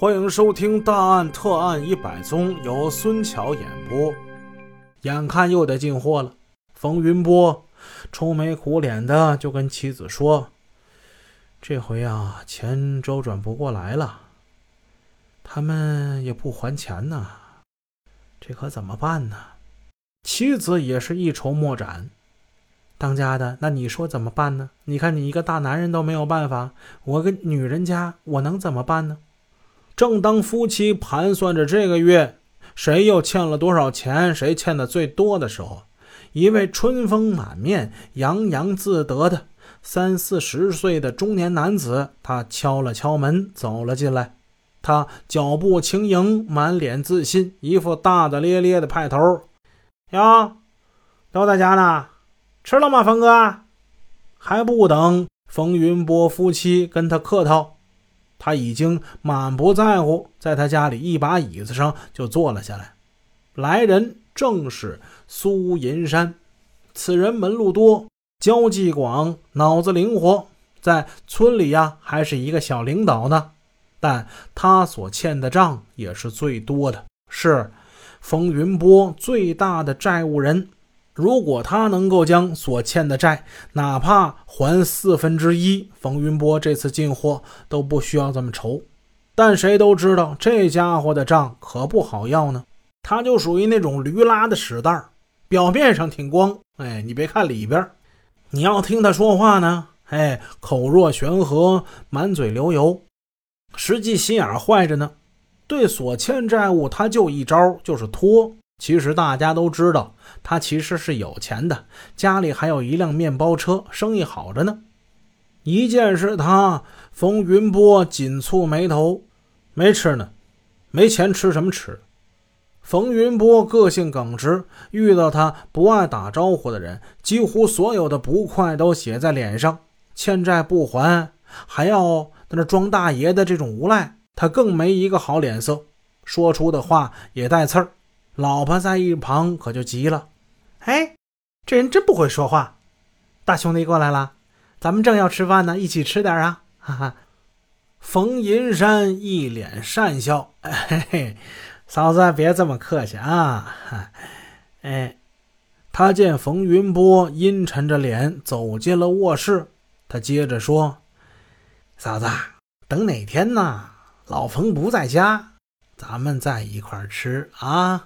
欢迎收听《大案特案100宗》，由孙桥演播。眼看又得进货了，冯云波愁眉苦脸的就跟妻子说：“这回啊，钱周转不过来了，他们也不还钱呢，这可怎么办呢？”妻子也是一筹莫展。当家的，那你说怎么办呢？你看你一个大男人都没有办法，我个女人家我能怎么办呢？正当夫妻盘算着这个月谁又欠了多少钱，谁欠的最多的时候，一位春风满面洋洋自得的30-40岁的中年男子，他敲了敲门走了进来。他脚步轻盈，满脸自信，一副大大咧咧的派头。哟，都在家呢，吃了吗，冯哥？还不等冯云波夫妻跟他客套，他已经满不在乎，在他家里一把椅子上就坐了下来。来人正是苏银山，此人门路多，交际广，脑子灵活，在村里呀还是一个小领导呢。但他所欠的账也是最多的，是冯云波最大的债务人。如果他能够将所欠的债哪怕还1/4，冯云波这次进货都不需要这么愁。但谁都知道这家伙的账可不好要呢，他就属于那种驴拉的屎蛋儿，表面上挺光，你别看里边，你要听他说话呢，口若悬河，满嘴流油，实际心眼坏着呢。对所欠债务他就一招，就是拖。其实大家都知道他其实是有钱的，家里还有一辆面包车，生意好着呢。一见是他，冯云波紧蹙眉头，没吃呢，没钱吃什么吃？冯云波个性耿直，遇到他不爱打招呼的人，几乎所有的不快都写在脸上。欠债不还，还要在那装大爷的这种无赖，他更没一个好脸色，说出的话也带刺儿。老婆在一旁可就急了：“这人真不会说话！大兄弟过来了，咱们正要吃饭呢，一起吃点啊！”哈哈。冯银山一脸讪笑：“嫂子别这么客气啊！”他见冯云波阴沉着脸走进了卧室，他接着说：“嫂子，等哪天呢，老冯不在家，咱们在一块儿吃啊！”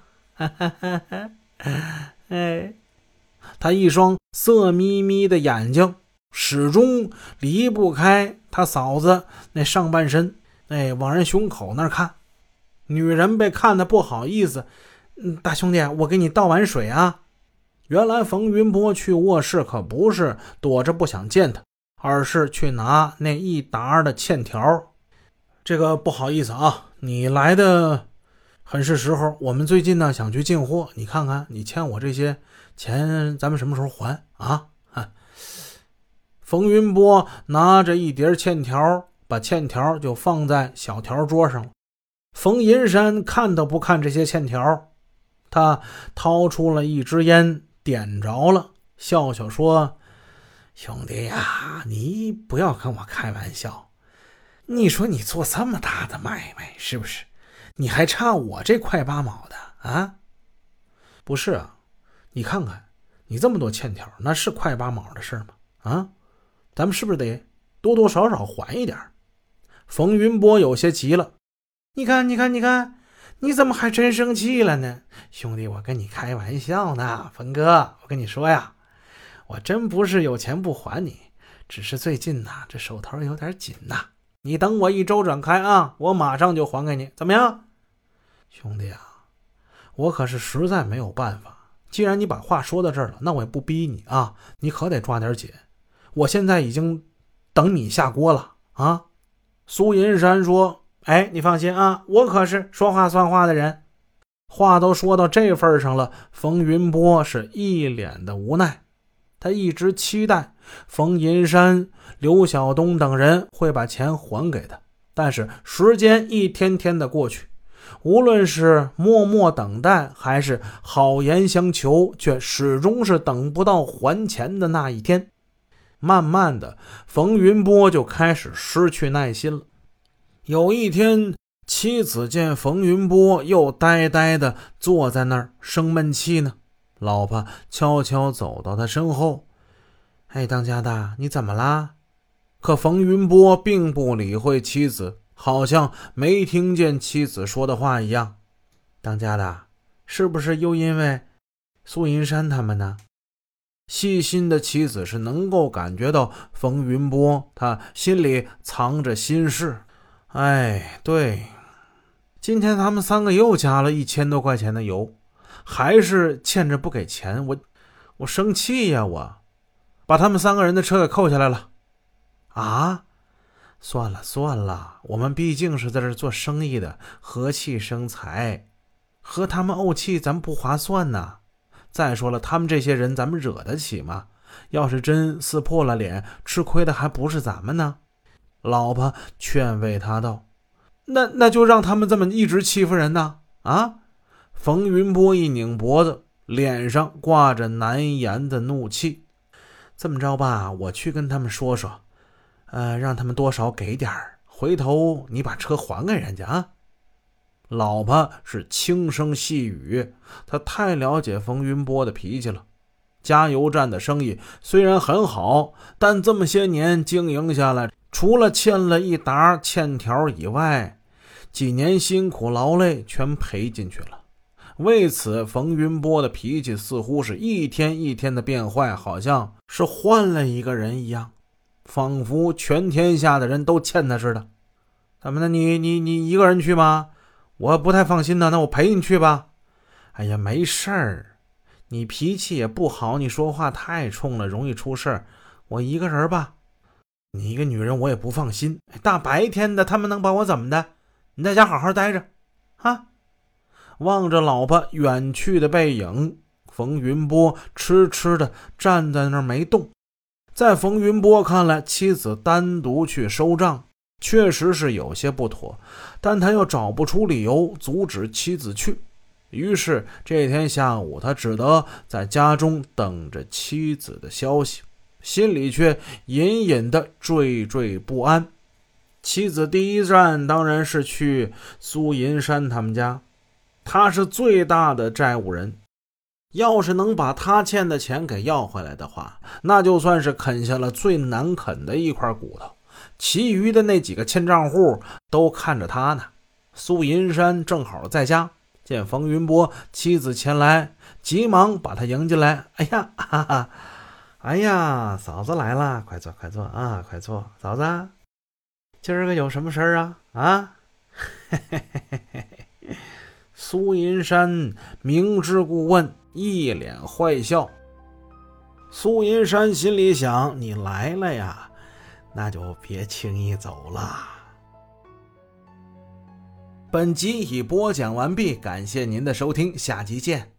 他一双色眯眯的眼睛始终离不开他嫂子那上半身，往人胸口那儿看。女人被看得不好意思：“大兄弟，我给你倒碗水啊。”原来冯云波去卧室可不是躲着不想见他，而是去拿那一沓的欠条。这个不好意思啊，你来的很是时候，我们最近呢想去进货，你看看你欠我这些钱，咱们什么时候还啊？冯云波拿着一叠欠条，把欠条就放在小条桌上了。冯银山看都不看这些欠条，他掏出了一支烟，点着了，笑笑说：“兄弟呀，你不要跟我开玩笑，你说你做这么大的买卖，是不是？你还差我这块8毛的啊？不是啊，你看看你这么多欠条，那是块8毛的事吗？啊，咱们是不是得多多少少还一点？”冯云波有些急了：“你看，你怎么还真生气了呢？兄弟，我跟你开玩笑呢，冯哥，我跟你说呀，我真不是有钱不还你，只是最近呐，这手头有点紧呐。你等我一周转开啊，我马上就还给你，怎么样？”“兄弟啊，我可是实在没有办法，既然你把话说到这儿了，那我也不逼你啊，你可得抓点紧，我现在已经等你下锅了啊。”苏银山说：“你放心啊，我可是说话算话的人。”话都说到这份上了，冯云波是一脸的无奈。他一直期待冯银山、刘晓东等人会把钱还给他，但是时间一天天的过去，无论是默默等待还是好言相求，却始终是等不到还钱的那一天。慢慢的，冯云波就开始失去耐心了。有一天， 妻子见冯云波又呆呆地坐在那儿生闷气呢，老婆悄悄走到他身后，当家的，你怎么啦？可冯云波并不理会妻子，好像没听见妻子说的话一样。当家的，是不是又因为苏银山他们呢？细心的妻子是能够感觉到冯云波他心里藏着心事。对，今天他们3个又加了1000多块钱的油，还是欠着不给钱，我生气呀！我把他们3个人的车给扣下来了。算了，我们毕竟是在这做生意的，和气生财，和他们怄气咱们不划算呐。再说了，他们这些人咱们惹得起吗？要是真撕破了脸，吃亏的还不是咱们呢？老婆劝慰他道：那就让他们这么一直欺负人呢？冯云波一拧脖子，脸上挂着难言的怒气。这么着吧，我去跟他们说说，让他们多少给点儿，回头你把车还给人家啊。老婆是轻声细语，她太了解冯云波的脾气了。加油站的生意虽然很好，但这么些年经营下来，除了欠了一沓欠条以外，几年辛苦劳累全赔进去了。为此，冯云波的脾气似乎是一天一天的变坏，好像是换了一个人一样，仿佛全天下的人都欠他似的。怎么的，你一个人去吗？我不太放心呢，那我陪你去吧。没事儿，你脾气也不好，你说话太冲了，容易出事儿。我一个人吧。你一个女人我也不放心，大白天的他们能把我怎么的？你在家好好待着望着老婆远去的背影，冯云波痴痴的站在那儿没动。在冯云波看来，妻子单独去收账确实是有些不妥，但他又找不出理由阻止妻子去，于是这天下午他只得在家中等着妻子的消息，心里却隐隐的惴惴不安。妻子第一站当然是去苏银山他们家，他是最大的债务人，要是能把他欠的钱给要回来的话，那就算是啃下了最难啃的一块骨头，其余的那几个欠账户都看着他呢。苏银山正好在家，见冯云波妻子前来，急忙把他迎进来。嫂子来了，快坐啊，快坐。嫂子，今儿个有什么事儿啊？苏银山明知故问，一脸坏笑。苏银山心里想，你来了呀，那就别轻易走了。本集已播讲完毕，感谢您的收听，下集见。